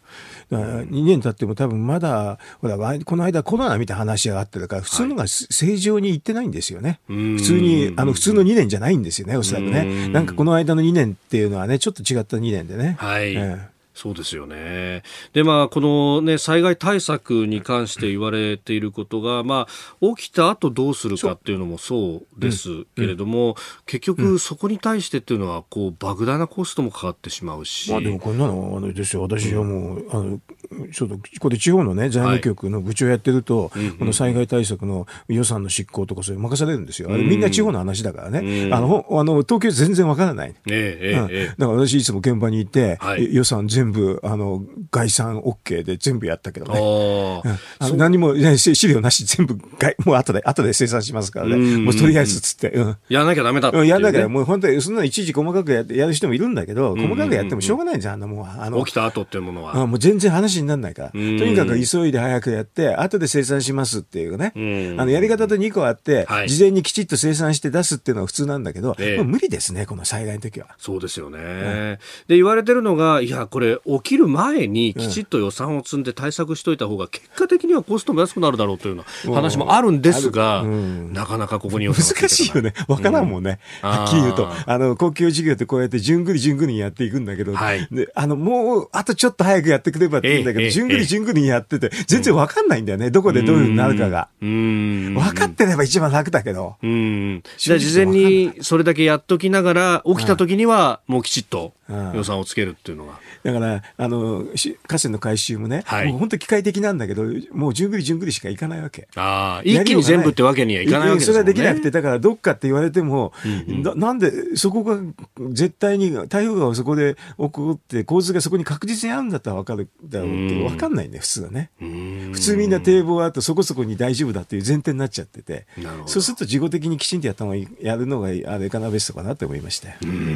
2年経っても多分まだほらこの間コロナみたいな話があってるから普通のが正常にいってないんですよね。普通の2年じゃないんですよね、おそらくね。なんかこの間の2年っていうのはねちょっと違った2年でね。 はい。そうですよね。で、このね、災害対策に関して言われていることが、起きた後どうするかっていうのもそうですけれども、結局そこに対してっていうのは、莫大なコストもかかってしまうし。 でもこんなの、ですよ、私はもう、ちょっと、これ地方のね、財務局の部長やってると、この災害対策の予算の執行とかそれ任されるんですよ。あれみんな地方の話だからね。東京全然わからない。だから私いつも現場に行って、予算全部概算 OK で全部やったけどね。何も資料なし全部もう後で生産しますからね。もうとりあえずつって、 やらなきゃダメだって、 やらなきゃもう本当にそんな一時細かくやる人もいるんだけど、細かくやってもしょうがないじゃん、もう起きた後っていうものはもう全然話にならないから。とにかく急いで早くやって後で生産しますっていうね。やり方と2個あって、事前にきちっと生産して出すっていうのは普通なんだけど、もう無理ですね、この災害の時は。 そうですよね。で言われてるのが、いやこれ起きる前にきちっと予算を積んで対策しといた方が結果的にはコストも安くなるだろうというような話もあるんですが、なかなかここに予算難しいよね。わからんもんね。はっきり言うと公共事業ってこうやってじゅんぐりやっていくんだけど、でもうあとちょっと早くやってくればって言うんだけど、じゅんぐりやってて全然わかんないんだよね。どこでどういう風になるかが。分かってれば一番楽だけど。 じゃあ事前にそれだけやっときながら起きた時にはもうきちっと予算をつけるっていうのが。 だから河川の改修もね、もう本当機械的なんだけど、もうじゅんぐりしかいかないわけ。 一気に全部ってわけにはいかないわけですもんね。 それはできなくて、だからどっかって言われても、なんでそこが絶対に台風がそこで起こって構図がそこに確実にあるんだったら分かるだろうけど、分かんないね、普通はね。普通みんな堤防あとそこそこに大丈夫だっていう前提になっちゃってて、そうすると事後的にきちんとやるのがあれかなベストかなって思いましたよ。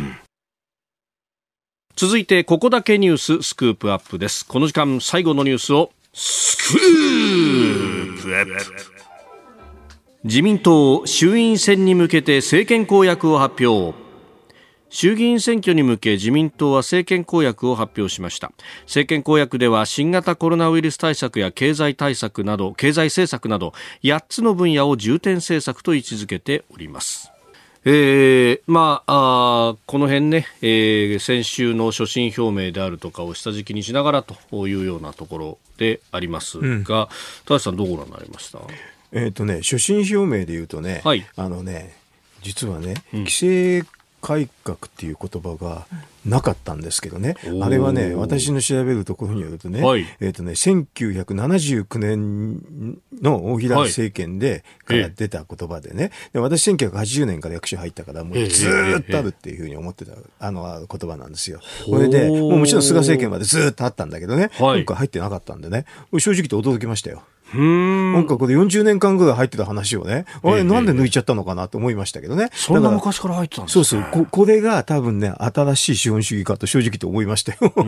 続いてここだけニューススクープアップです。この時間最後のニュースをスクープアップ。自民党衆院選に向けて政権公約を発表。衆議院選挙に向け自民党は政権公約を発表しました。政権公約では新型コロナウイルス対策や経済政策など8つの分野を重点政策と位置づけております。この辺ね、先週の所信表明であるとかを下敷きにしながらというようなところでありますが、田橋さんどうご覧になりました？ 所信表明で言うとね、実はね、規制改革っていう言葉がなかったんですけどね、あれはね、私の調べるところによるとね、1979年の大平政権でから出た言葉でね、で私1980年から役所入ったからもうずーっとあるっていうふうに思ってた言葉なんですよ。これでもちろん菅政権までずーっとあったんだけどね、今回入ってなかったんでね、正直と驚きましたよ。なんかこれ40年間ぐらい入ってた話をね、あれなんで抜いちゃったのかなと思いましたけどね。 そんな昔から入ってたんですか？ そう。これが多分ね、新しい資本主義かと正直と思いましたよ。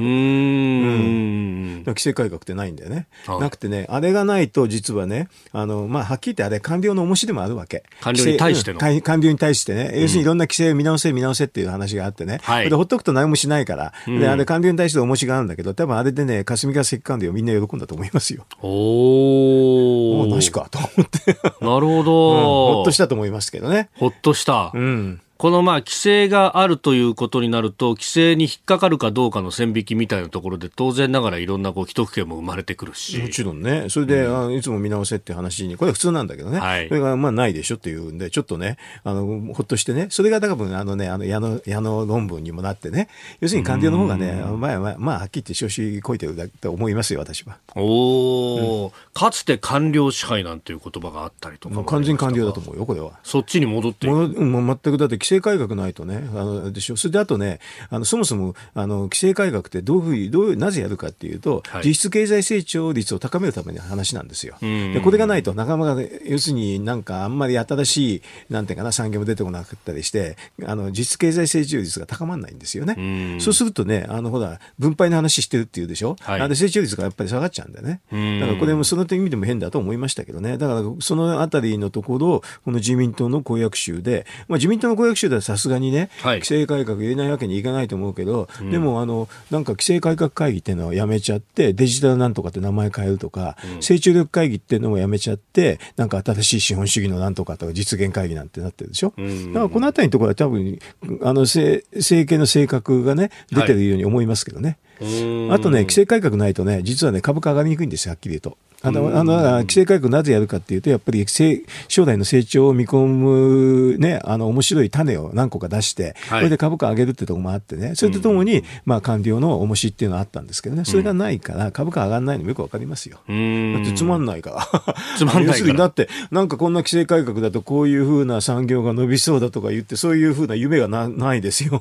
規制改革ってないんだよね。なくてね、あれがないと実はね、はっきり言ってあれ官僚の重しでもあるわけ。 官僚に対しての。 官僚に対してね、要するにいろんな規制を見直せっていう話があってね。でほっとくと何もしないから。で、あれ官僚に対して重しがあるんだけど、多分あれでね、霞が関官僚みんな喜んだと思いますよ。なしかと思ってなるほど、 ほっとしたと思いますけどね。 ほっとした、この規制があるということになると規制に引っかかるかどうかの線引きみたいなところで当然ながらいろんな既得権も生まれてくるし、 もちろんね、それで、いつも見直せって話にこれは普通なんだけどね、それがないでしょっていうんでちょっとねほっとしてね、それが多分矢野論文にもなってね、要するに官僚の方がねはっきり言って調子こいてるだと思いますよ私は。 かつて官僚支配なんていう言葉があったりとかも完全官僚だと思うよこれは。 そっちに戻っている。 もう全くだって規制改革ないとね、でしょ。それであとね、そもそも、規制改革ってなぜやるかっていうと、実質経済成長率を高めるための話なんですよ。で、これがないと、なかなか、要するになんかあんまり新しい、なんていうかな、産業も出てこなかったりして、実質経済成長率が高まらないんですよね。そうするとね、ほら、分配の話してるっていうでしょ。で、成長率がやっぱり下がっちゃうんだよね。だからこれもその意味でも変だと思いましたけどね。だから、そのあたりのところ、この自民党の公約集で、自民党の公約集ではさすがにね、規制改革入れないわけにいかないと思うけど、でもなんか規制改革会議っていうのはやめちゃって、デジタルなんとかって名前変えるとか、成長力会議っていうのもやめちゃって、なんか新しい資本主義のなんとかとか実現会議なんてなってるでしょ。だからこのあたりのところは多分、政権の性格がね、出てるように思いますけどね。あとね、規制改革ないとね、実はね、株価上がりにくいんですよ、はっきり言うと。規制改革なぜやるかっていうと、やっぱり将来の成長を見込むね、面白い種を何個か出して、これで株価上げるってところもあってね、それとともに、官僚の重しっていうのはあったんですけどね、それがないから株価上がらないのもよくわかりますよ。だってつまんないから。つまんないから。要するにだって、なんかこんな規制改革だとこういうふうな産業が伸びそうだとか言って、そういうふうな夢がないですよ。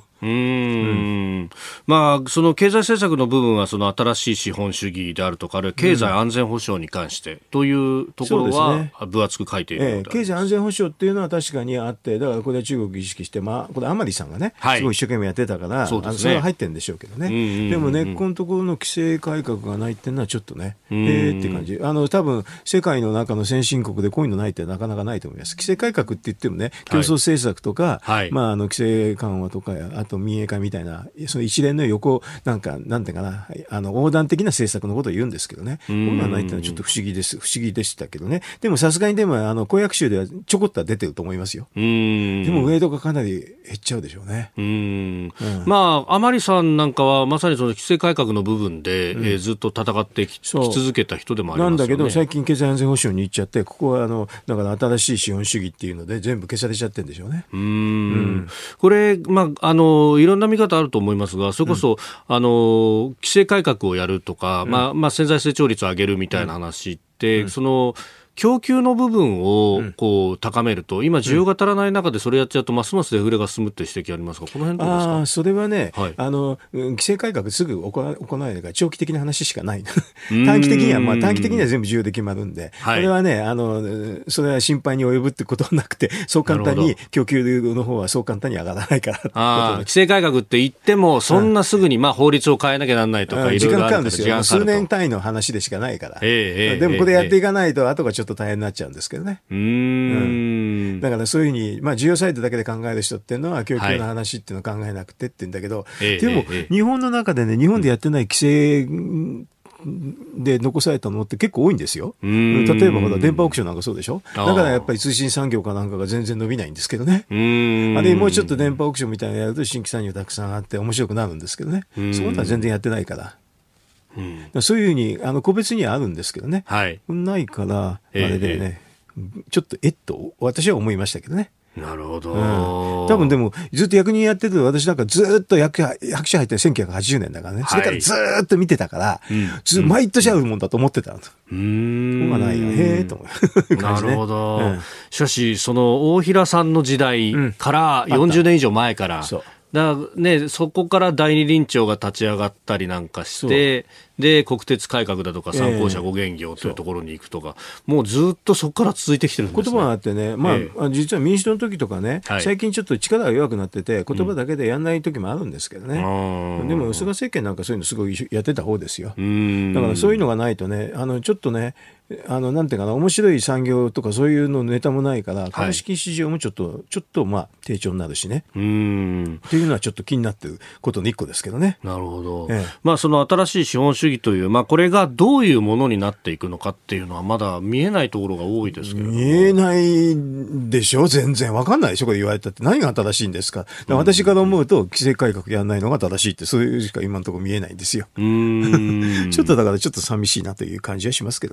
まあ、その経済政策の部分はその新しい資本主義であるとか、あるいは経済安全保障に関してというところは分厚く書いている、 経済安全保障っていうのは確かにあって、だからこれは中国意識して、これ甘利さんがね、すごい一生懸命やってたから、それは入ってるんでしょうけどね。でも根っこのところの規制改革がないっていうのはちょっとね、って感じ。多分世界の中の先進国でこういうのないってなかなかないと思います。規制改革って言ってもね、競争政策とか、規制緩和とか、あと民営化みたいな、その一連の横、なんていうかな、横断的な政策のことを言うんですけどね。こういうのはないっていうのはちょっと不思議でしたけどね。でもさすがに公約集ではちょこっとは出てると思いますよ。でもウェイトがかなり減っちゃうでしょうね。 まあ、甘利さんなんかはまさにその規制改革の部分で、ずっと戦ってき続けた人でもありますよね。 なんだけど最近経済安全保障に行っちゃって、ここはだから新しい資本主義っていうので全部消されちゃってるんでしょうね。 これ、いろんな見方あると思いますが、それこそ、規制改革をやるとか、潜在成長率を上げるみたいな話って、その供給の部分をこう高めると、今需要が足らない中でそれやっちゃうとますますデフレが進むって指摘ありますが、この辺どうですか？ それはね、規制改革すぐ行えるから長期的な話しかない短期的には全部需要で決まるんで、これはね、それは心配に及ぶってことはなくて、そう簡単に供給の方はそう簡単に上がらないから規制改革って言ってもそんなすぐに法律を変えなきゃなんないとかいろいろあるから時間かかるんですよ。数年単位の話でしかないから、でもこれやっていかないと後がちょっと大変になっちゃうんですけどね。だからそういうふうに、需要サイドだけで考える人っていうのは供給の話っていうのを考えなくてって言うんだけど、でも日本の中でね、日本でやってない規制で残されたのって結構多いんですよ。例えばほら電波オークションなんかそうでしょ。だからやっぱり通信産業かなんかが全然伸びないんですけどね。あれもうちょっと電波オークションみたいなのやると新規産業たくさんあって面白くなるんですけどね。そういうのは全然やってないから。そういうふうに個別にはあるんですけどね、ないからあれでね、ちょっとと私は思いましたけどね。 なるほど、 多分でもずっと役人やってると、私なんかずっと役所入って1980年だからね、それからずっと見てたから、毎年会うもんだと思ってたの。がないよへと思うなるほど、しかしその大平さんの時代から40年以上前から、そこから第二臨調が立ち上がったりなんかして、で国鉄改革だとか三公社五原業というところに行くとか、もうずっとそこから続いてきてるんですね。 言葉があってね、実は民主党の時とかね、最近ちょっと力が弱くなってて言葉だけでやんない時もあるんですけどね、でも菅政権なんかそういうのすごいやってた方ですよ。だからそういうのがないとね、ちょっとね、なんていうかな、面白い産業とかそういうのネタもないから、株式市場もちょっと低調になるしね、っていうのはちょっと気になってることの一個ですけどね。 なるほど、その新しい資本主義という、これがどういうものになっていくのかっていうのはまだ見えないところが多いですけど。 見えないでしょ、全然わかんないでしょ、これ言われたって何が正しいんですか。私から思うと規制改革やらないのが正しいって、そういうしか今のところ見えないんですよ。ちょっとだからちょっと寂しいなという感じはしますけどね。 なるほ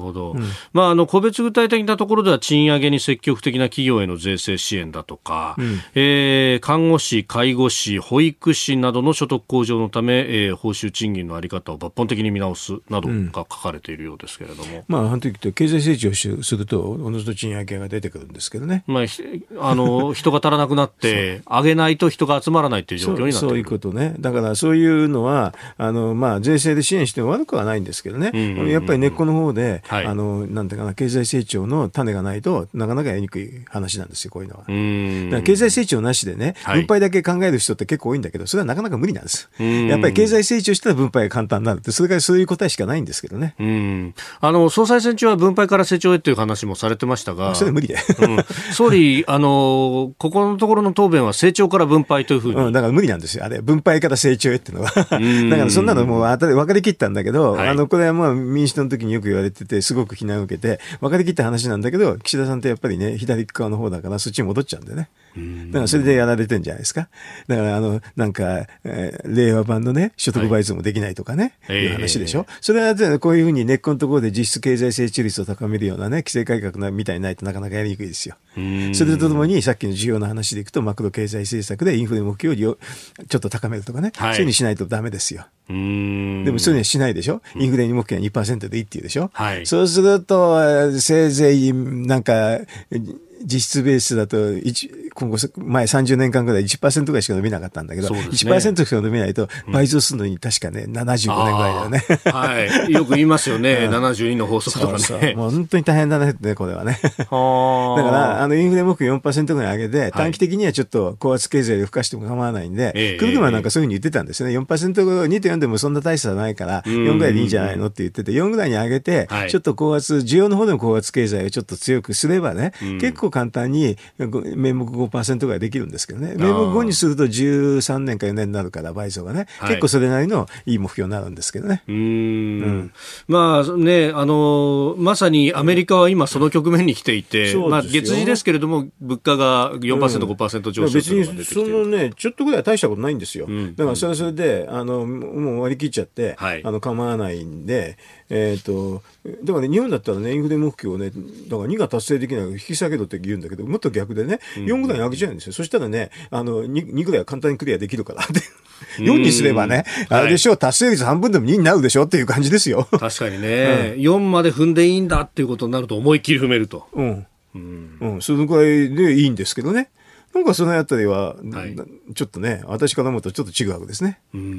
ほど。まあ、個別具体的なところでは賃上げに積極的な企業への税制支援だとか、看護師、介護士、保育士などの所得向上のため、報酬賃金の在り方を抜本的に見直すなどが書かれているようですけれども。 まあ、本当に経済成長すると、おのずと賃上げが出てくるんですけどね。 まあ、人が足らなくなって、上げないと人が集まらないという状況になっている。 そういうことね。だからそういうのは、まあ、税制で支援しても悪くはないんですけどね。やっぱり根っこの方で、なんていうかな、経済成長の種がないとなかなかやりにくい話なんですよ、こういうのは。だから経済成長なしでね、分配だけ考える人って結構多いんだけど、それはなかなか無理なんです。やっぱり経済成長したら分配が簡単になるって、それからそういう答えしかないんですけどね。 総裁選中は分配から成長へという話もされてましたが、 それは無理で。 総理、ここのところの答弁は成長から分配というふうに。 だから無理なんですよ。あれ、分配から成長へっていうのは。だからそんなのもう分かりきったんだけど、これはまあ民主党の時によく言われてて、すごく非難を受けて、分かりきった話なんだけど、岸田さんってやっぱりね、左側の方だから、そっちに戻っちゃうんでね。だからそれでやられてんじゃないですか。だからなんか、令和版のね、所得倍増もできないとかね、いう話でしょ。それはこういうふうに根っこのところで実質経済成長率を高めるようなね、規制改革みたいにないとなかなかやりにくいですよ。それとともに、さっきの需要の話でいくと、マクロ経済政策でインフレ目標をちょっと高めるとかね、そういうふうにしないとダメですよ。でもそういうのはしないでしょ。インフレ目標は 2% でいいっていうでしょ。そうすると、せいぜいなんか、実質ベースだと今後前30年間ぐらい 1% ぐらいしか伸びなかったんだけど、1% しか伸びないと倍増するのに確かね、75年ぐらいだよね。 はい。よく言いますよね。72の法則とかね。 そうもう本当に大変だね、これはね。だからインフレ目標 4% ぐらい上げて、短期的にはちょっと高圧経済で吹かしても構わないんで、クルグマなんかそういうふうに言ってたんですね。4% 2.4でもそんな大差ないから、4ぐらいでいいんじゃないのって言ってて、4ぐらいに上げて、ちょっと需要の方でも高圧経済をちょっと強くすればね、結構簡単に名目 5% ぐらいできるんですけどね。名目5にすると13年か4年になるから倍増がね、結構それなりのいい目標になるんですけどね。 まあね、まさにアメリカは今その局面に来ていて、まあ月次ですけれども物価が 4%、5% 上昇別にそのね、ちょっとぐらいは大したことないんですよ。だからそれはそれでもう割り切っちゃって、構わないんで、だからね、日本だったらね、インフレ目標をね、だから2が達成できないから引き下げろって言うんだけど、もっと逆でね、4ぐらいに上げちゃうんですよ。そしたらね、2ぐらいは簡単にクリアできるからって。4にすればね、あれでしょ、達成率半分でも2になるでしょっていう感じですよ。 確かにね、4まで踏んでいいんだっていうことになると思いっきり踏めると。 そのくらいでいいんですけどね。なんかそのあたりは、ちょっとね、私から思うとちょっと違うわけですね。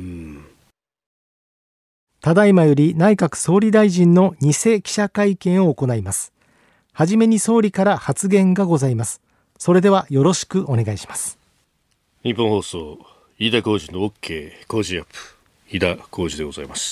ただいまより内閣総理大臣の偽記者会見を行います。はじめに総理から発言がございます。それではよろしくお願いします。 日本放送飯田浩司の OK 工事アップ、飯田浩司でございます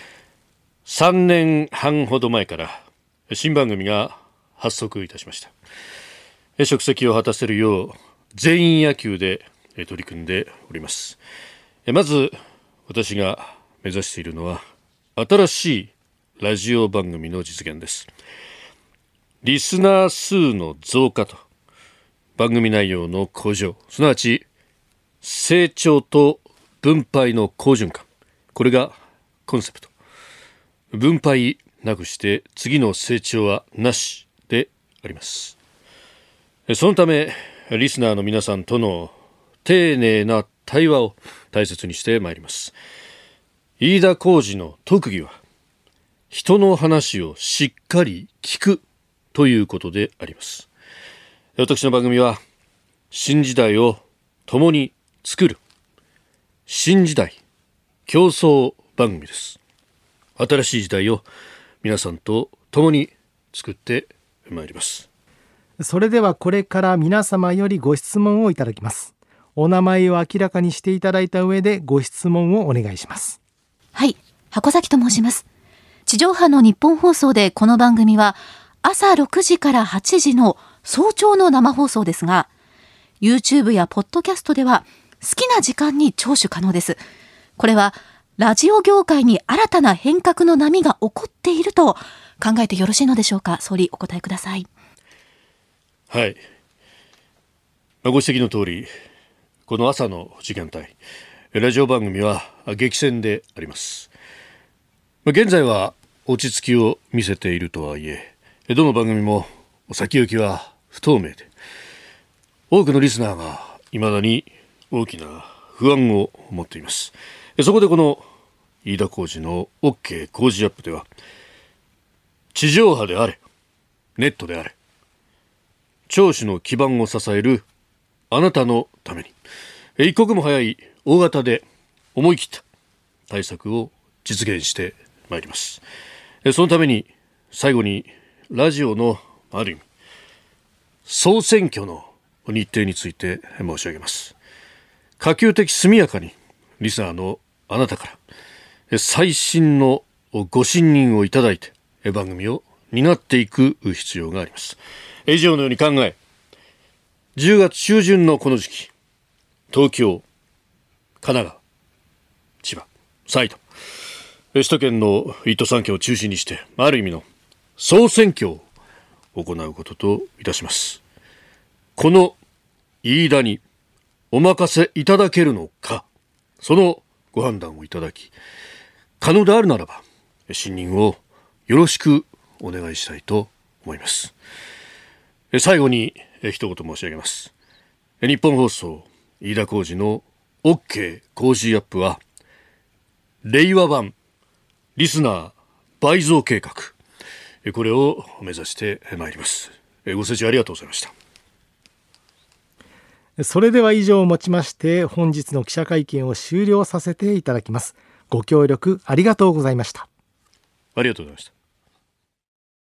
。3年半ほど前から新番組が発足いたしました。職責を果たせるよう全員野球で取り組んでおります。まず私が目指しているのは新しいラジオ番組の実現です。リスナー数の増加と番組内容の向上、すなわち成長と分配の好循環、これがコンセプト。分配なくして次の成長はなしであります。そのためリスナーの皆さんとの丁寧な対話を大切にしてまいります。飯田浩司の特技は人の話をしっかり聞くということであります。私の番組は新時代を共に作る新時代競争番組です。新しい時代を皆さんと共に作ってまいります。 それではこれから皆様よりご質問をいただきます。お名前を明らかにしていただいた上でご質問をお願いします。 はい、箱崎と申します。地上波の日本放送でこの番組は朝6時から8時の早朝の生放送ですが、 YouTube やポッドキャストでは好きな時間に聴取可能です。これはラジオ業界に新たな変革の波が起こっていると考えてよろしいのでしょうか。総理、お答えください。 はい、ご指摘の通り、この朝の時間帯、ラジオ番組は激戦であります。現在は落ち着きを見せているとはいえ、どの番組も先行きは不透明で、多くのリスナーが未だに大きな不安を持っています。そこでこの飯田浩司の OK 工事アップでは、地上波であれネットであれ、聴取の基盤を支えるあなたのために、一刻も早い大型で思い切った対策を実現してまいります。そのために最後にラジオのある意味総選挙の日程について申し上げます。可及的速やかにリスナーのあなたから最新のご信任をいただいて番組を担っていく必要があります。以上のように考え、10月中旬のこの時期、東京、神奈川、千葉、埼玉、首都圏の1都3県を中心にしてある意味の総選挙を行うことといたします。この飯田にお任せいただけるのか、そのご判断をいただき、可能であるならば信任をよろしくお願いしたいと思います。最後に一言申し上げます。日本放送飯田浩司の OK 工事アップは令和版リスナー倍増計画、これを目指してまいります。ご清聴ありがとうございました。 それでは以上をもちまして本日の記者会見を終了させていただきます。ご協力ありがとうございました。 ありがとうございました。